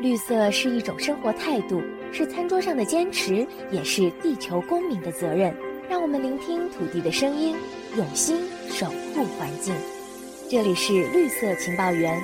绿色是一种生活态度，是餐桌上的坚持，也是地球公民的责任。让我们聆听土地的声音，用心守护环境。这里是绿色情报员，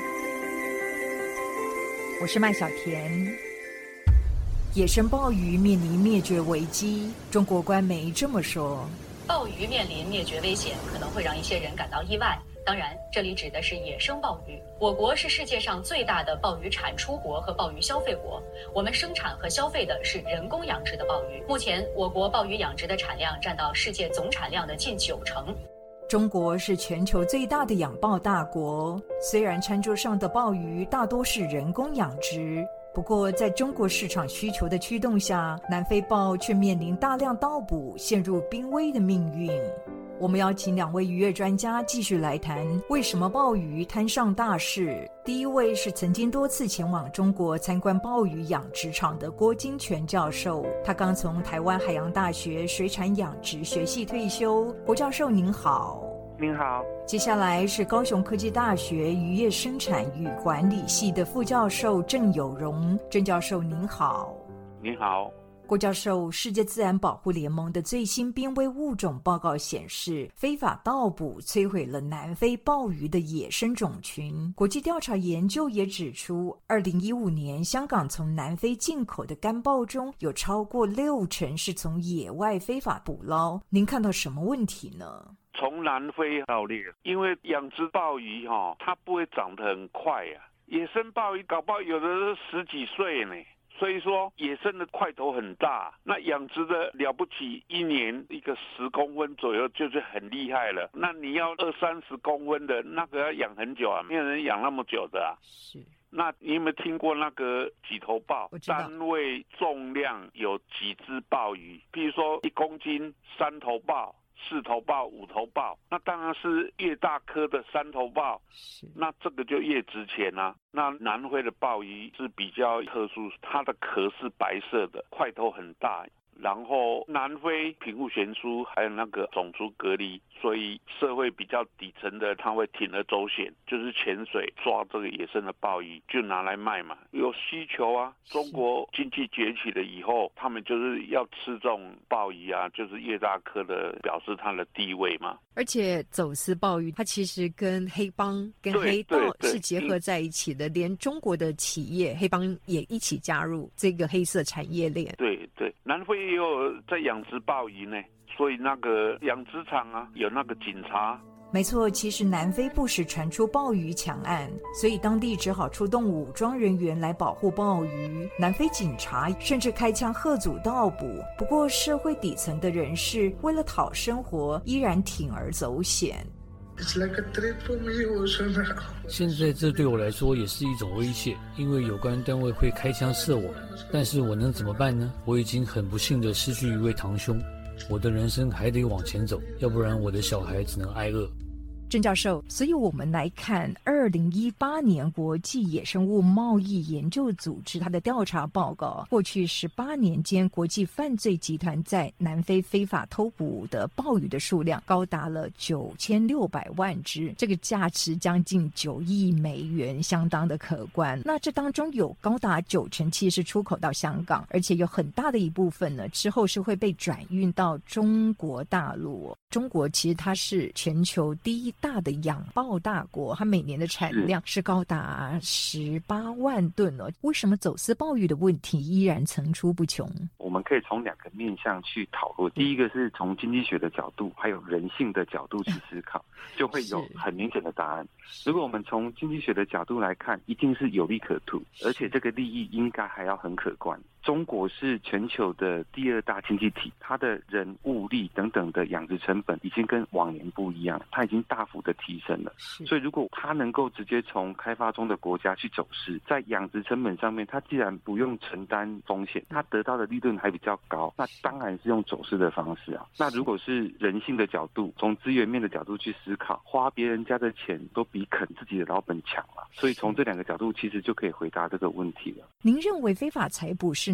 我是麦小甜。野生鲍鱼面临灭绝危机，中国官媒这么说： 鲍鱼面临灭绝危险，可能会让一些人感到意外。当然，这里指的是野生鲍鱼。我国是世界上最大的鲍鱼产出国和鲍鱼消费国，我们生产和消费的是人工养殖的鲍鱼。目前，我国鲍鱼养殖的产量占到世界总产量的近90%。 中国是全球最大的养鲍大国，虽然餐桌上的鲍鱼大多是人工养殖，不过在中国市场需求的驱动下，南非鲍却面临大量盗捕，陷入濒危的命运。我们要请2位渔业专家继续来谈为什么鲍鱼摊上大事。第一位是曾经多次前往中国参观鲍鱼养殖场的郭金泉教授，他刚从台湾海洋大学水产养殖学系退休。郭教授您好。 您好。 接下来是高雄科技大学渔业生产与管理系的副教授郑有荣，郑教授您好。 您好。 郭教授，世界自然保护联盟的最新濒危物种报告显示，非法盗捕摧毁了南非鲍鱼的野生种群。国际调查研究也指出，2015年香港从南非进口的干鲍中有超过60%是从野外非法捕捞。您看到什么问题呢？ 从南非盗猎，因为养殖鲍鱼它不会长得很快啊，野生鲍鱼搞不好有的是10几岁呢。所以说野生的块头很大，那养殖的了不起1年一个10公分左右就是很厉害了。那你要20-30公分的那个要养很久啊，没有人养那么久的啊。 是。 那你有没有听过那个几头鲍？单位重量有几只鲍鱼？譬如说1公斤3头鲍。4头鲍、5头鲍，那当然是越大颗的3头鲍，那这个就越值钱啊。那南非的鲍鱼是比较特殊，它的壳是白色的，块头很大。然后南非贫富悬殊，还有那个种族隔离，所以社会比较底层的他会铤而走险，就是潜水抓这个野生的鲍鱼，就拿来卖嘛，有需求啊。中国经济崛起了以后，他们就是要吃这种鲍鱼啊，就是越大颗的，表示它的地位嘛。 而且走私鲍鱼它其实跟黑帮跟黑道是结合在一起的，连中国的企业黑帮也一起加入这个黑色产业链。 对对，南非也有在养殖鲍鱼呢，所以那个养殖场啊有那个警察。 没错，其实南非不时传出鲍鱼抢案，所以当地只好出动武装人员来保护鲍鱼。南非警察甚至开枪吓阻盗捕，不过社会底层的人士为了讨生活，依然铤而走险。 现在这对我来说也是一种威胁，因为有关单位会开枪射我们，但是我能怎么办呢？我已经很不幸地失去一位堂兄，我的人生还得往前走，要不然我的小孩只能挨饿。 郑教授，所以我们来看2018年国际野生物贸易研究组织它的调查报告，过去18年间国际犯罪集团在南非非法偷捕的鲍鱼的数量高达了9600万只，这个价值将近9亿美元，相当的可观。那这当中有高达97%是出口到香港，而且有很大的一部分呢之后是会被转运到中国大陆。中国其实它是全球第一大的养鲍大国，它每年的产量是高达18万吨哦。为什么走私鲍鱼的问题依然层出不穷？ 我们可以从2个面向去讨论。第一个是从经济学的角度，还有人性的角度去思考，就会有很明显的答案。如果我们从经济学的角度来看，一定是有利可图，而且这个利益应该还要很可观。中国是全球的第2大经济体，它的人物力等等的养殖成本已经跟往年不一样，它已经大幅的提升了。所以如果它能够直接从开发中的国家去走私，在养殖成本上面，它既然不用承担风险，它得到的利润还比较高，那当然是用走私的方式啊。那如果是人性的角度，从资源面的角度去思考，花别人家的钱都比啃自己的老本强了。所以从这2个角度，其实就可以回答这个问题了。 您认为非法采捕是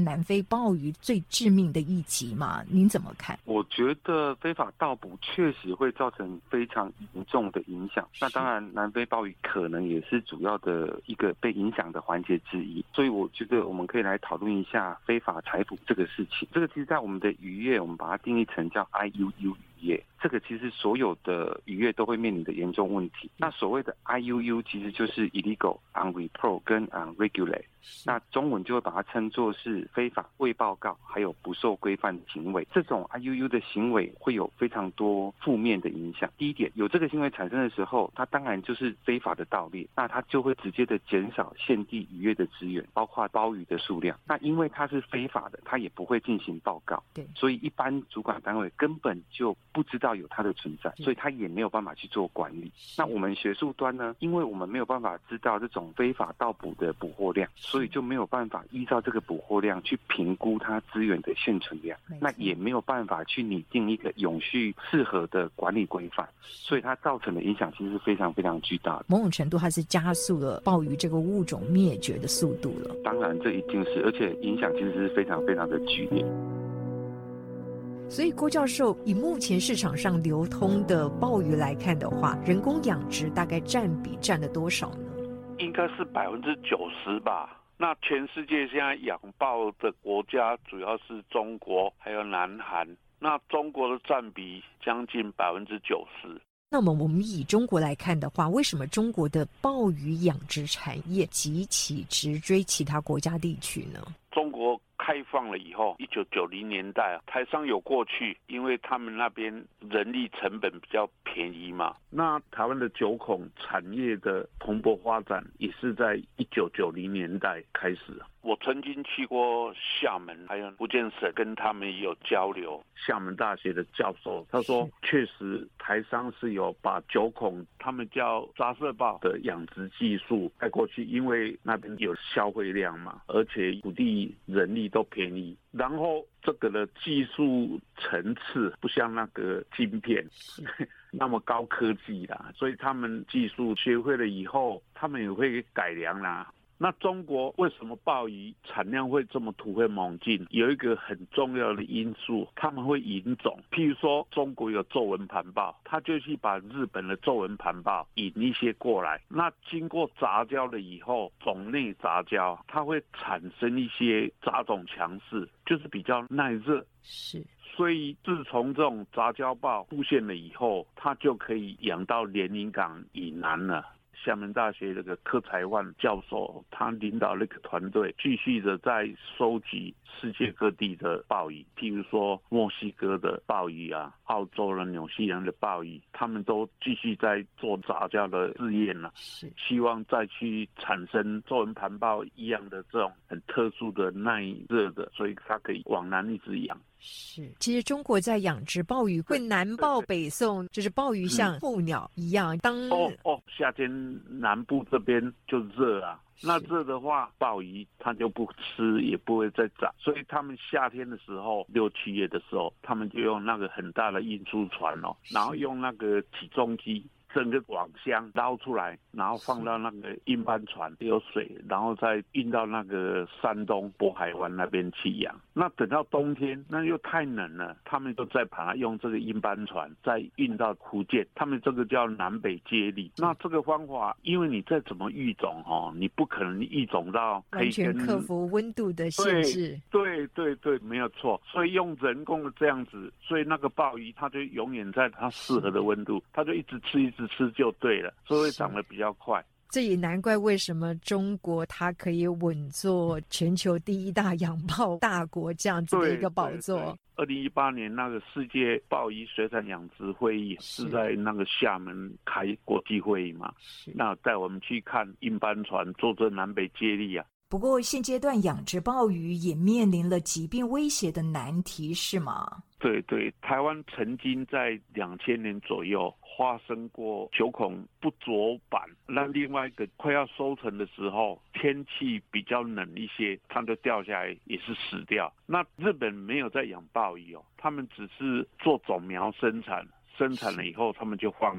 南非鲍鱼最致命的一击吗？您怎么看？ 我觉得非法盗捕确实会造成非常严重的影响。那当然，南非鲍鱼可能也是主要的一个被影响的环节之一。所以我觉得我们可以来讨论一下非法采捕这个事情。这个其实在我们的渔业，我们把它定义成叫 IUU 渔业。这个其实所有的渔业都会面临的严重问题。那所谓的 IUU 其实就是 illegal, unreported 跟 unregulated。那中文就会把它称作是非法、未报告还有不受规范的行为。这种 IUU 的行为会有非常多负面的影响。第一点，有这个行为产生的时候，它当然就是非法的盗猎，那它就会直接的减少现地渔业的资源，包括鲍鱼的数量。那因为它是非法的，它也不会进行报告，对，所以一般主管单位根本就不知道有它的存在，所以它也没有办法去做管理。那我们学术端呢，因为我们没有办法知道这种非法盗捕的捕获量，所以就没有办法依照这个捕获量去评估它资源的现存量，那也没有办法去拟定一个永续适合的管理规范，所以它造成的影响其实是非常非常巨大的。 某种程度它是加速了鲍鱼这个物种灭绝的速度了。 当然这一定是，而且影响其实是非常非常的剧烈。 所以郭教授，以目前市场上流通的鲍鱼来看的话，人工养殖大概占比占了多少呢？ 应该是90%吧。那全世界现在养鲍的国家主要是中国还有南韩，那中国的占比将近90%。 那么我们以中国来看的话，为什么中国的鲍鱼养殖产业极其直追其他国家地区呢？ 中国开放了以后，1990年代台商有过去，因为他们那边人力成本比较便宜嘛。那台湾的九孔产业的蓬勃发展也是在1990年代开始。我曾经去过厦门还有福建省，跟他们有交流。厦门大学的教授他说，确实台商是有把九孔他们叫杂色鲍的养殖技术带过去，因为那边有消费量嘛，而且土地人力都便宜，然后这个的技术层次不像那个晶片那么高科技啦，所以他们技术学会了以后，他们也会改良啦。那中国为什么鲍鱼产量会这么突飞猛进？有一个很重要的因素，他们会引种。譬如说中国有皱纹盘鲍，他就去把日本的皱纹盘鲍引一些过来，那经过杂交了以后，种内杂交，它会产生一些杂种强势，就是比较耐热。 是。 所以自从这种杂交鲍出现了以后，它就可以养到连云港以南了。厦门大学这个柯才万教授，他领导那个团队，继续的在收集世界各地的鲍鱼，譬如说墨西哥的鲍鱼啊，澳洲的、纽西兰的鲍鱼，他们都继续在做杂交的试验了，希望再去产生皱纹盘鲍一样的这种很特殊的耐热的，所以它可以往南一直养。 是，其实中国在养殖鲍鱼会南抱北送，就是鲍鱼像候鸟一样。 夏天南部这边就热啊，那热的话，鲍鱼它就不吃，也不会再长，所以他们夏天的时候，6、7月的时候，他们就用那个很大的运输船然后用那个起重机。整个网箱捞出来，然后放到那个运搬船有水，然后再运到那个山东渤海湾那边去养。那等到冬天，那又太冷了，他们就再把它用这个运搬船再运到福建，他们这个叫南北接力。那这个方法，因为你再怎么育种你不可能育种到可以完全克服温度的限制。 对，没有错。所以用人工的这样子，所以那个鲍鱼它就永远在它适合的温度，它就一直吃就对了，所以会长得比较快。 这也难怪为什么中国它可以稳坐全球第1大养鲍大国这样子的一个宝座。 2018年那个世界鲍鱼水产养殖会议是在那个厦门开国际会议嘛，那带我们去看运搬船做这南北接力啊。 不过现阶段养殖鲍鱼也面临了疾病威胁的难题，是吗？ 对，台湾曾经在2000年左右发生过九孔不着板，那另外一个快要收成的时候，天气比较冷一些，它就掉下来也是死掉。那日本没有在养鲍鱼他们只是做种苗生产了以后他们就放流，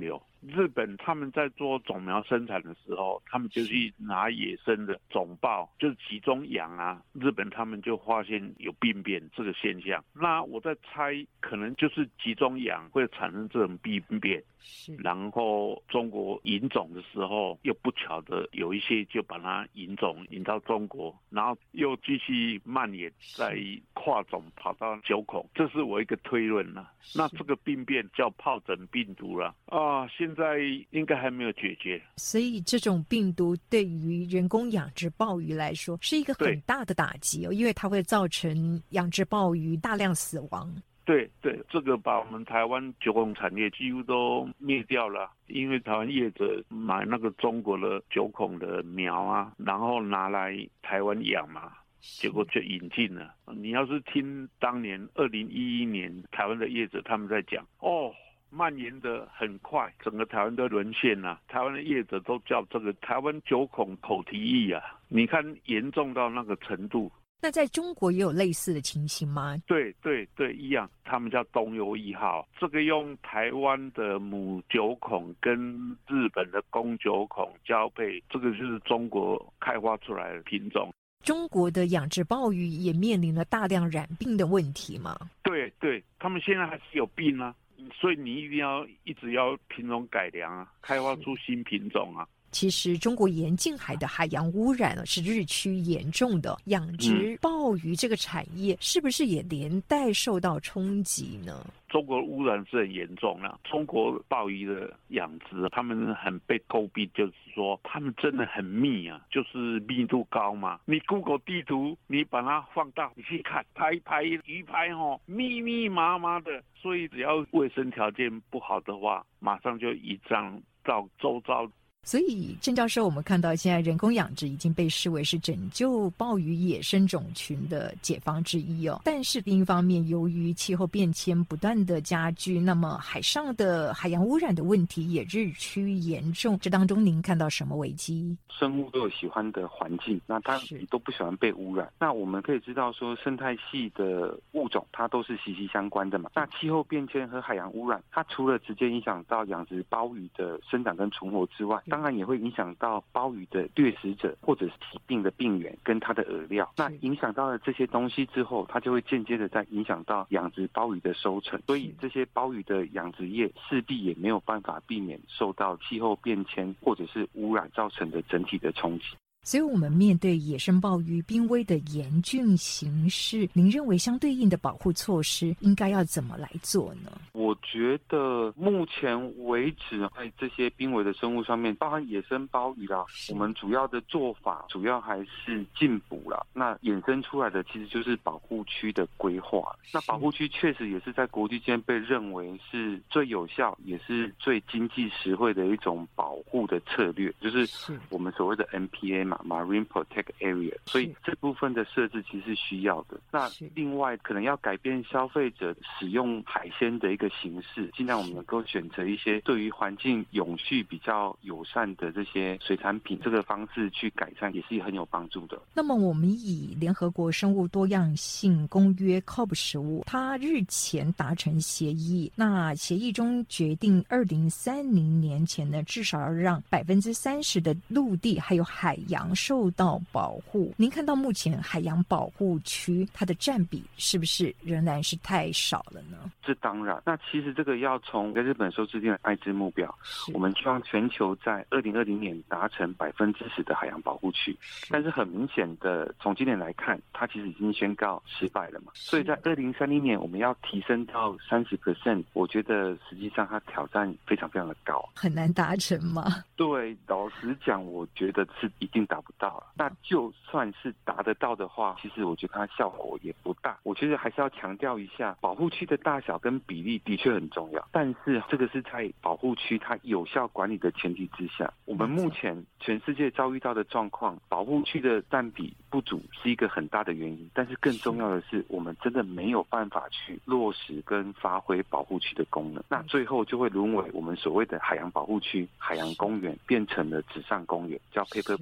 日本他们在做种苗生产的时候，他们就去拿野生的种豹，就是集中养啊。日本他们就发现有病变这个现象。那我在猜，可能就是集中养会产生这种病变。然后中国引种的时候，又不巧的有一些就把它引种引到中国，然后又继续蔓延，再跨种跑到九孔，这是我一个推论啦。那这个病变叫疱疹病毒啦，现在应该还没有解决。 所以这种病毒对于人工养殖鲍鱼来说是一个很大的打击哦，因为它会造成养殖鲍鱼大量死亡。 对，这个把我们台湾九孔产业几乎都灭掉了，因为台湾业者买那个中国的九孔的苗啊，然后拿来台湾养嘛，结果就引进了。你要是听当年2011年台湾的业者他们在讲，蔓延得很快，整个台湾都沦陷了。台湾的业者都叫这个台湾九孔口蹄疫啊，你看严重到那个程度。 那在中国也有类似的情形吗？ 对，一样，他们叫东游1号，这个用台湾的母九孔跟日本的公九孔交配，这个就是中国开发出来的品种。 中国的养殖鲍鱼也面临了大量染病的问题吗？ 对，他们现在还是有病啊，所以你一直要品种改良啊，开发出新品种啊。 其实中国沿近海的海洋污染是日趋严重的，养殖鲍鱼这个产业是不是也连带受到冲击呢？ 中国污染是很严重了。中国鲍鱼的养殖，他们很被诟病，就是说他们真的很密啊，就是密度高嘛。你 Google 地图，你把它放大，你去看，拍一拍鱼排密密麻麻的，所以只要卫生条件不好的话，马上就移葬到周遭。 所以郑教授，我们看到现在人工养殖已经被视为是拯救鲍鱼野生种群的解方之一哦。但是另一方面，由于气候变迁不断的加剧，那么海上的海洋污染的问题也日趋严重。这当中您看到什么危机？ 生物都有喜欢的环境，那它都不喜欢被污染。那我们可以知道说，生态系的物种它都是息息相关的嘛。那气候变迁和海洋污染，它除了直接影响到养殖鲍鱼的生长跟存活之外，当然也会影响到鲍鱼的掠食者或者是疾病的病源跟它的饵料。那影响到了这些东西之后，它就会间接的在影响到养殖鲍鱼的收成。所以这些鲍鱼的养殖业势必也没有办法避免受到气候变迁或者是污染造成的整体的冲击。 所以我们面对野生鲍鱼濒危的严峻形势，您认为相对应的保护措施应该要怎么来做呢？ 我觉得目前为止，在这些濒危的生物上面，包含野生鲍鱼啦，我们主要的做法主要还是禁捕啦。那衍生出来的其实就是保护区的规划。那保护区确实也是在国际间被认为是最有效，也是最经济实惠的一种保护的策略，就是我们所谓的 MPA 嘛。Marine Protect Area， 所以这部分的设置其实是需要的。那另外可能要改变消费者使用海鲜的一个形式，尽量我们能够选择一些对于环境永续比较友善的这些水产品，这个方式去改善也是很有帮助的。 那么我们以联合国生物多样性公约 COP15， 它日前达成协议，那协议中决定2030年前呢，至少要让30%的陆地还有海洋受到保护。您看到目前海洋保护区它的占比是不是仍然是太少了呢？ 这当然，那其实这个要从在日本所制定的爱知目标，我们希望全球在2020年达成10%的海洋保护区，但是很明显的从今年来看，它其实已经宣告失败了嘛。所以在2030年我们要提升到30%，我觉得实际上它挑战非常非常的高， 很难达成吗？ 对，老实讲，我觉得是一定达不到。那就算是达得到的话，其实我觉得它效果也不大。我觉得还是要强调一下，保护区的大小跟比例的确很重要，但是这个是在保护区它有效管理的前提之下。我们目前全世界遭遇到的状况，保护区的占比不足是一个很大的原因，但是更重要的是，我们真的没有办法去落实跟发挥保护区的功能。那最后就会沦为我们所谓的海洋保护区、海洋公园变成了纸上公园，叫 Paper Park。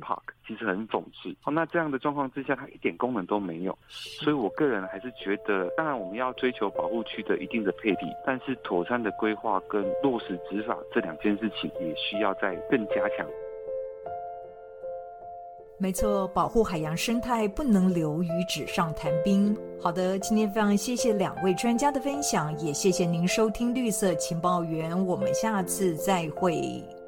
其实很讽刺。那这样的状况之下，它一点功能都没有。所以我个人还是觉得，当然我们要追求保护区的一定的配比，但是妥善的规划跟落实执法这2件事情也需要再更加强。 没错，保护海洋生态不能流于纸上谈兵。好的，今天非常谢谢2位专家的分享，也谢谢您收听绿色情报员，我们下次再会。